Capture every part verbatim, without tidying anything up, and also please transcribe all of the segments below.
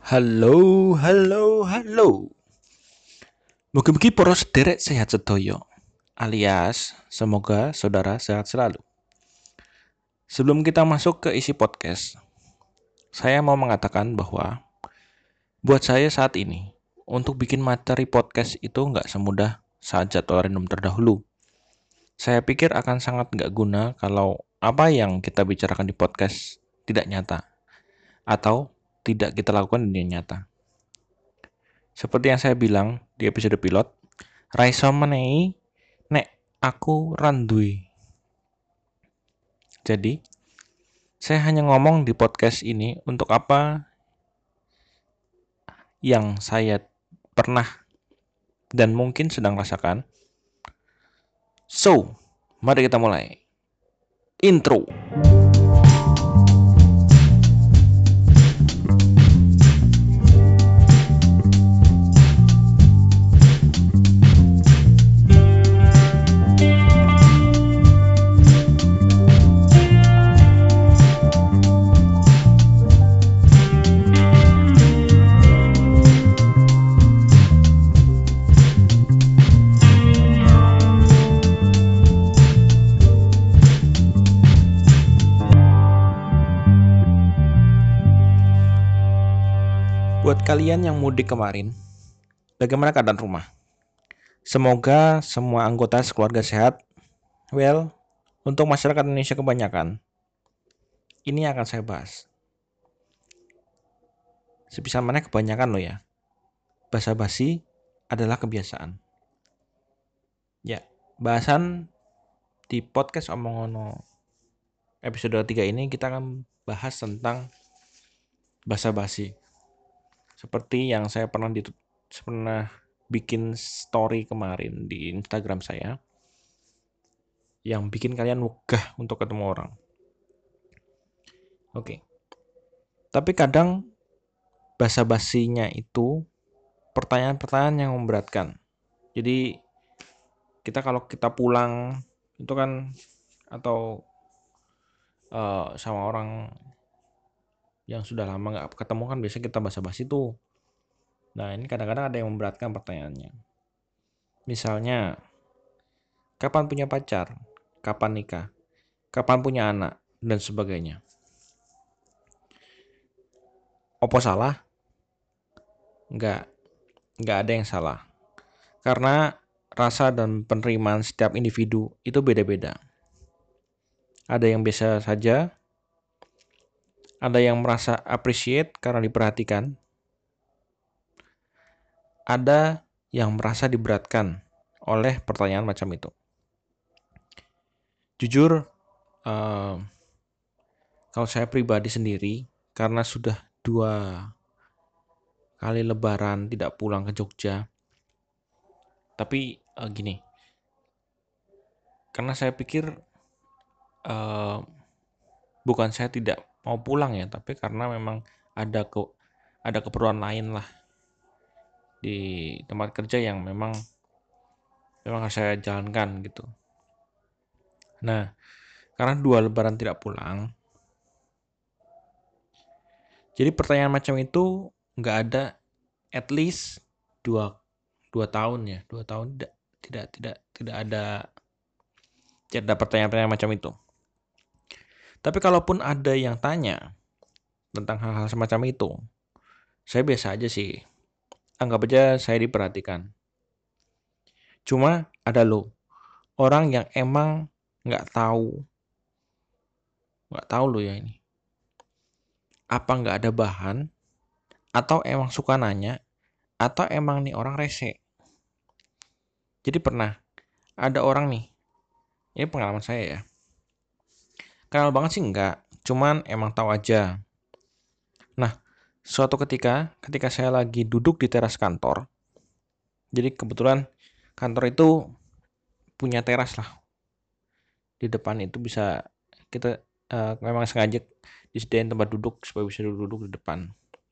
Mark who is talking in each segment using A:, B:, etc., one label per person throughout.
A: Halo, halo, halo. Mugi-mugi para sederek sehat sedoyo. Alias, semoga saudara sehat selalu. Sebelum kita masuk ke isi podcast, saya mau mengatakan bahwa buat saya saat ini, untuk bikin materi podcast itu nggak semudah saat jadwal random terdahulu. Saya pikir akan sangat nggak guna kalau apa yang kita bicarakan di podcast tidak nyata atau tidak kita lakukan di dunia nyata. Seperti yang saya bilang di episode pilot, Raiso menehi nek aku randui. Jadi, saya hanya ngomong di podcast ini untuk apa yang saya pernah dan mungkin sedang rasakan. So, mari kita mulai. Intro. Buat kalian yang mudik kemarin, bagaimana keadaan rumah? Semoga semua anggota sekeluarga sehat. Well, untuk masyarakat Indonesia kebanyakan, ini akan saya bahas. Sebisa mana kebanyakan loh ya. Basa-basi adalah kebiasaan. Ya, bahasan di podcast Omongono episode tiga ini kita akan bahas tentang basa-basi. Seperti yang saya pernah di, pernah bikin story kemarin di Instagram saya yang bikin kalian wegah untuk ketemu orang. Oke. Tapi kadang basa-basinya itu pertanyaan-pertanyaan yang memberatkan. Jadi kita kalau kita pulang itu kan atau uh, sama orang yang sudah lama nggak ketemu kan biasanya kita basa-basi tuh. Nah ini kadang-kadang ada yang memberatkan pertanyaannya. Misalnya, kapan punya pacar? Kapan nikah? Kapan punya anak? Dan sebagainya. Apa salah? Nggak, nggak ada yang salah. Karena rasa dan penerimaan setiap individu itu beda-beda. Ada yang biasa saja, ada yang merasa appreciate karena diperhatikan, ada yang merasa diberatkan oleh pertanyaan macam itu. Jujur, uh, kalau saya pribadi sendiri, karena sudah dua kali lebaran tidak pulang ke Jogja, tapi uh, gini, karena saya pikir uh, bukan saya tidak mau pulang ya, tapi karena memang ada ke ada keperluan lain lah di tempat kerja yang memang memang harus saya jalankan gitu. Nah, karena dua lebaran tidak pulang, jadi pertanyaan macam itu nggak ada at least dua dua tahun ya, dua tahun tidak tidak tidak tidak ada tidak ada pertanyaan-pertanyaan macam itu. Tapi kalaupun ada yang tanya tentang hal-hal semacam itu, saya biasa aja sih. Anggap aja saya diperhatikan. Cuma ada loh orang yang emang nggak tahu, nggak tahu loh ya ini. Apa nggak ada bahan, atau emang suka nanya, atau emang nih orang rese. Jadi pernah ada orang nih, ini pengalaman saya ya. Kenal banget sih enggak, cuman emang tahu aja. Nah, suatu ketika, ketika saya lagi duduk di teras kantor, jadi kebetulan kantor itu punya teras lah. Di depan itu bisa kita uh, memang sengaja disediain tempat duduk supaya bisa duduk di depan.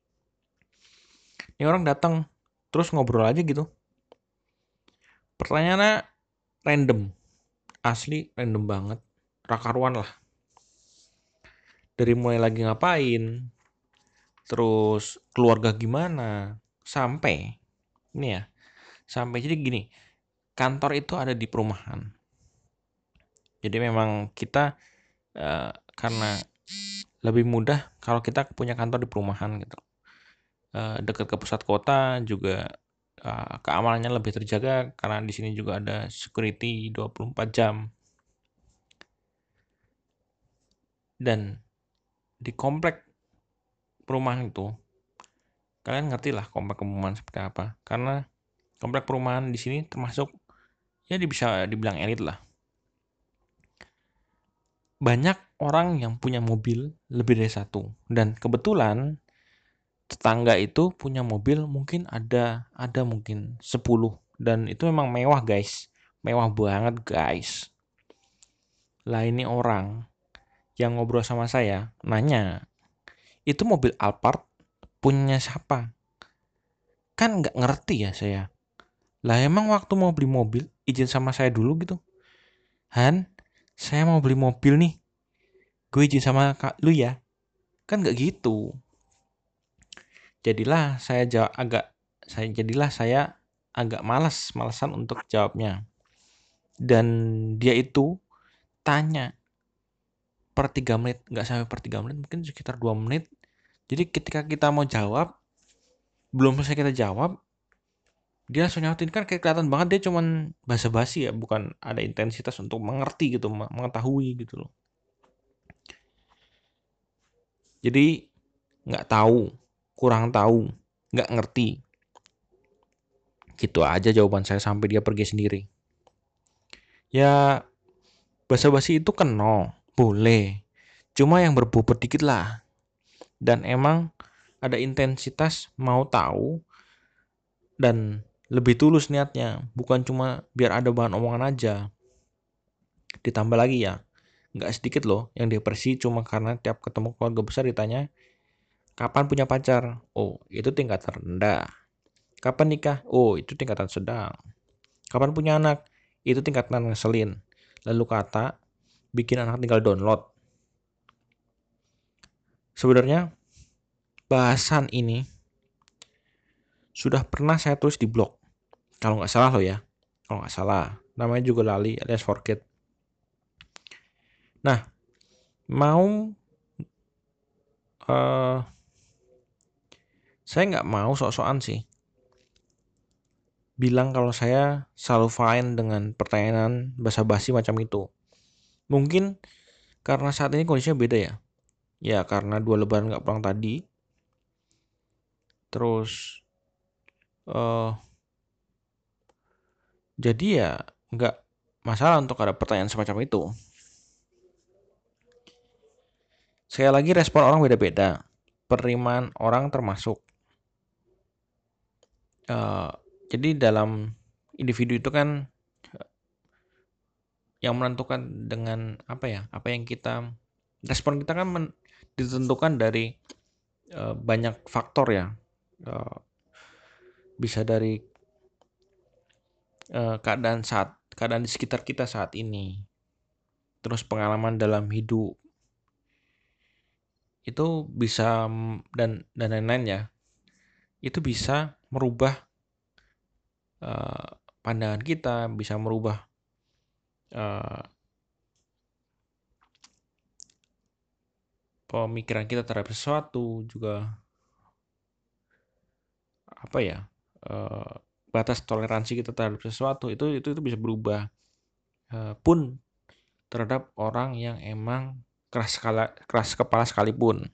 A: Ini orang datang terus ngobrol aja gitu. Pertanyaannya random, asli random banget, rakaruan lah. Dari mulai lagi ngapain, terus keluarga gimana, sampai ini ya, sampai jadi gini, kantor itu ada di perumahan. Jadi memang kita uh, karena lebih mudah kalau kita punya kantor di perumahan gitu. Uh, dekat ke pusat kota juga uh, keamanannya lebih terjaga karena di sini juga ada security dua puluh empat jam. Dan di komplek perumahan itu, kalian ngerti lah komplek perumahan seperti apa. Karena komplek perumahan di sini termasuk ya bisa dibilang elit lah. Banyak orang yang punya mobil lebih dari satu, dan kebetulan tetangga itu punya mobil mungkin ada ada mungkin sepuluh, dan itu memang mewah guys, mewah banget guys. Lah ini orang yang ngobrol sama saya nanya, itu mobil Alphard punya siapa? Kan nggak ngerti ya saya. Lah emang waktu mau beli mobil izin sama saya dulu gitu. Han, saya mau beli mobil nih, gue izin sama kak lu ya. Kan nggak gitu. Jadilah saya jawab agak saya jadilah saya agak malas malasan untuk jawabnya. Dan dia itu tanya per tiga menit, nggak sampai per tiga menit, mungkin sekitar dua menit. Jadi ketika kita mau jawab, belum selesai kita jawab, dia langsung nyautin. Kan kayak kelihatan banget dia cuman basa-basi ya, bukan ada intensitas untuk mengerti gitu, mengetahui gitu loh. Jadi nggak tahu, kurang tahu, nggak ngerti. Gitu aja jawaban saya sampai dia pergi sendiri. Ya basa-basi itu kena, boleh. Cuma yang berbobot dikit lah. Dan emang ada intensitas mau tahu dan lebih tulus niatnya, bukan cuma biar ada bahan omongan aja. Ditambah lagi ya, nggak sedikit loh yang depresi cuma karena tiap ketemu keluarga besar ditanya, kapan punya pacar? Oh, itu tingkatan rendah. Kapan nikah? Oh, itu tingkatan sedang. Kapan punya anak? Itu tingkatan ngeselin. Lalu kata, bikin anak tinggal download. Sebenarnya bahasan ini sudah pernah saya tulis di blog. Kalau nggak salah loh ya. Kalau nggak salah. Namanya juga lali alias forget. Nah, mau uh, saya nggak mau sok-sokan sih bilang kalau saya selalu fine dengan pertanyaan basa-basi macam itu. Mungkin karena saat ini kondisinya beda ya. Ya karena dua lebaran nggak pulang tadi. Terus uh, jadi ya nggak masalah untuk ada pertanyaan semacam itu. Sekali lagi respon orang beda-beda. Penerimaan orang termasuk. Uh, jadi dalam individu itu kan yang menentukan dengan apa ya, apa yang kita respon kita kan men, ditentukan dari uh, banyak faktor ya. Uh, bisa dari uh, keadaan saat keadaan di sekitar kita saat ini, terus pengalaman dalam hidup itu bisa, dan dan lain-lain ya, itu bisa merubah uh, pandangan kita, bisa merubah uh, pemikiran kita terhadap sesuatu, juga apa ya, uh, batas toleransi kita terhadap sesuatu itu itu itu bisa berubah, uh, pun terhadap orang yang emang keras skala, keras kepala sekalipun.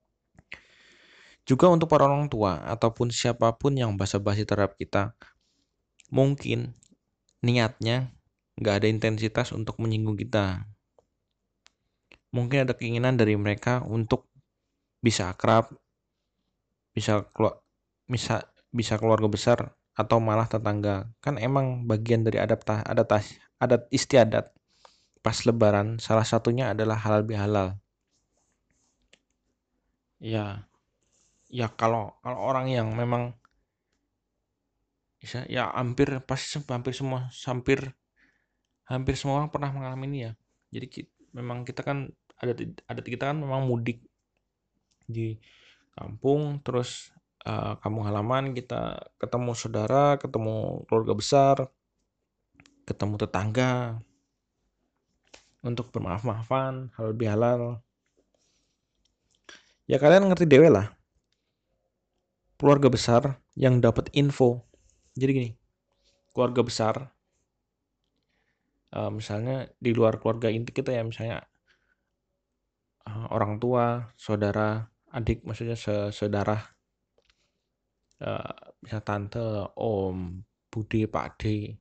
A: Juga untuk para orang tua ataupun siapapun yang basa-basi terhadap kita, mungkin niatnya nggak ada intensitas untuk menyinggung kita. Mungkin ada keinginan dari mereka untuk bisa akrab, bisa keluar, bisa bisa keluarga besar atau malah tetangga. Kan emang bagian dari adaptasi adaptasi adat istiadat pas lebaran, salah satunya adalah halal bihalal. Ya, ya kalau kalau orang yang memang bisa ya hampir pasti hampir semua hampir hampir semua orang pernah mengalami ini ya. Jadi memang kita kan ada ada kita kan memang mudik di kampung, terus uh, kampung halaman kita ketemu saudara, ketemu keluarga besar, ketemu tetangga untuk bermaaf-maafan, halal bihalal. Ya kalian ngerti dewe lah, keluarga besar yang dapat info. Jadi gini, keluarga besar, uh, misalnya di luar keluarga inti kita ya, misalnya uh, orang tua, saudara, adik, maksudnya saudara, uh, bisa tante, om, bude, pakde,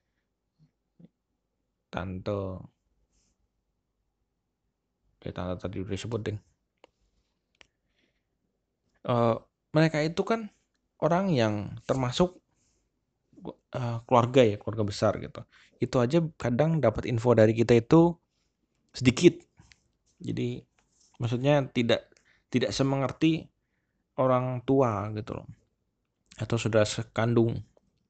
A: tante, kayak tante tadi udah disebut deh. Uh, mereka itu kan orang yang termasuk uh, keluarga ya, keluarga besar gitu. Itu aja kadang dapat info dari kita itu sedikit. Jadi maksudnya tidak tidak semengerti orang tua gitu loh, atau saudara sekandung.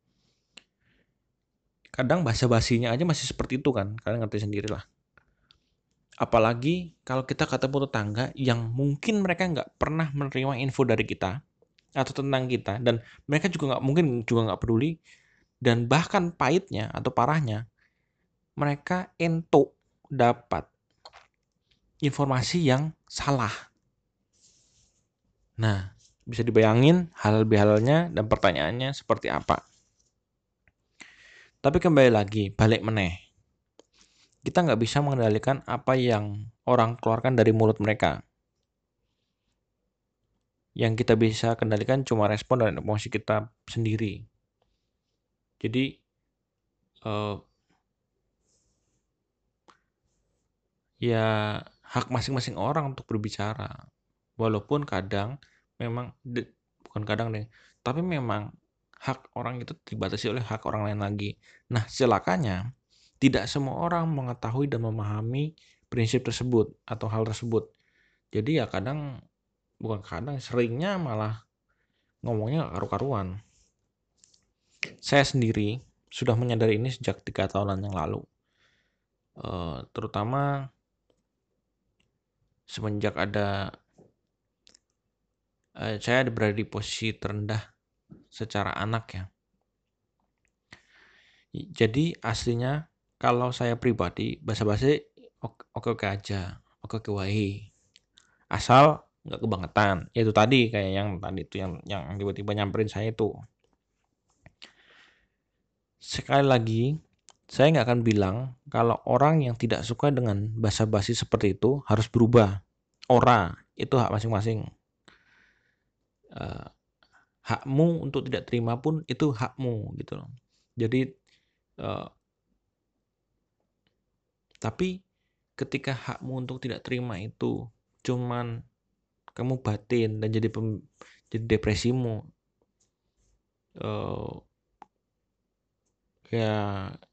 A: Kadang basa-basinya aja masih seperti itu kan, kalian ngerti sendiri lah. Apalagi kalau kita ketemu tetangga yang mungkin mereka nggak pernah menerima info dari kita atau tentang kita, dan mereka juga nggak mungkin juga nggak peduli, dan bahkan pahitnya atau parahnya mereka ento dapat informasi yang salah. Nah, bisa dibayangin hal bihalnya dan pertanyaannya seperti apa. Tapi kembali lagi, balik meneh. Kita nggak bisa mengendalikan apa yang orang keluarkan dari mulut mereka. Yang kita bisa kendalikan cuma respon dan emosi kita sendiri. Jadi, uh, ya hak masing-masing orang untuk berbicara. Walaupun kadang memang, de, bukan kadang deh, tapi memang hak orang itu dibatasi oleh hak orang lain lagi. Nah, celakanya, tidak semua orang mengetahui dan memahami prinsip tersebut atau hal tersebut. Jadi ya kadang, bukan kadang, seringnya malah ngomongnya gak karu-karuan. Saya sendiri sudah menyadari ini sejak tiga tahunan yang lalu. Uh, terutama semenjak ada, uh, saya berada di posisi terendah secara anak ya. Jadi aslinya kalau saya pribadi basa-basi oke-oke aja, oke-oke wae. Asal nggak kebangetan. Itu tadi kayak yang tadi itu yang yang tiba-tiba nyamperin saya itu. Sekali lagi, saya nggak akan bilang kalau orang yang tidak suka dengan basa-basi seperti itu harus berubah. Ora, itu hak masing-masing. Uh, hakmu untuk tidak terima pun itu hakmu gitu loh. Jadi uh, tapi ketika hakmu untuk tidak terima itu cuman kamu batin dan jadi pem, jadi depresimu, uh, ya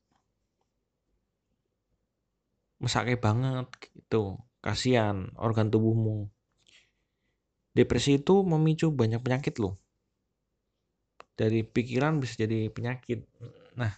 A: mesake banget gitu, kasihan organ tubuhmu. Depresi itu memicu banyak penyakit loh, dari pikiran bisa jadi penyakit. Nah,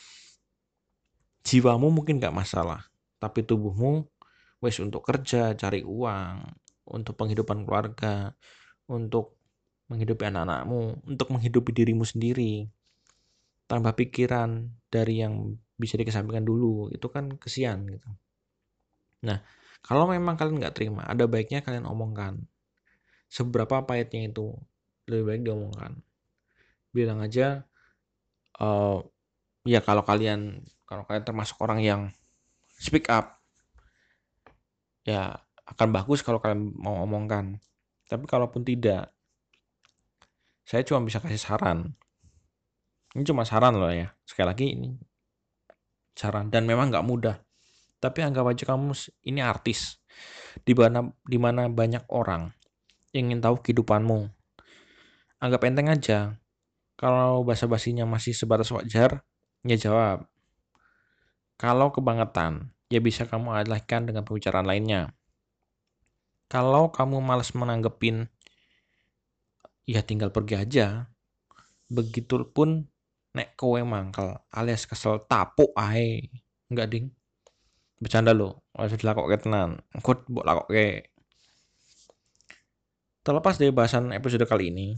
A: jiwamu mungkin gak masalah, tapi tubuhmu wes untuk kerja, cari uang, untuk penghidupan keluarga, untuk menghidupi anak-anakmu, untuk menghidupi dirimu sendiri. Tambah pikiran dari yang bisa dikesampingkan dulu, itu kan kesian gitu. Nah, kalau memang kalian nggak terima, ada baiknya kalian omongkan. Seberapa pahitnya itu, lebih baik diomongkan. Bilang aja, uh, ya kalau kalian kalau kalian termasuk orang yang speak up, ya akan bagus kalau kalian mau omongkan. Tapi kalaupun tidak, saya cuma bisa kasih saran. Ini cuma saran loh ya. Sekali lagi ini saran dan memang nggak mudah. Tapi anggap aja kamu ini artis, di mana di mana banyak orang ingin tahu kehidupanmu. Anggap enteng aja. Kalau basa-basinya masih sebatas wajar, ya jawab. Kalau kebangetan, ya bisa kamu alihkan dengan pembicaraan lainnya. Kalau kamu malas menanggepin, ya tinggal pergi aja. Begitupun nek kowe mangkel alias kesel tapuk ae. Enggak ding. Bercanda lo, harus dilakokke tenan. Engko mbok lakokke. Terlepas dari bahasan episode kali ini,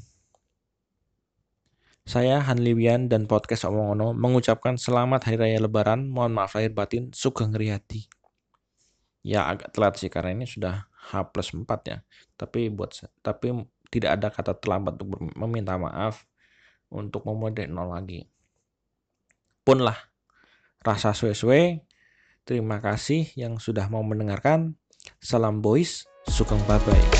A: saya Hanliwian dan podcast Omongono mengucapkan selamat Hari Raya Lebaran. Mohon maaf lahir batin, Sugeng Riyadi. Ya agak telat sih karena ini sudah H plus empat ya. Tapi buat tapi tidak ada kata terlambat untuk meminta maaf untuk memulai dari nol lagi. Pun lah rasa suwe-suwe. Terima kasih yang sudah mau mendengarkan. Salam boys, Sugeng bye-bye.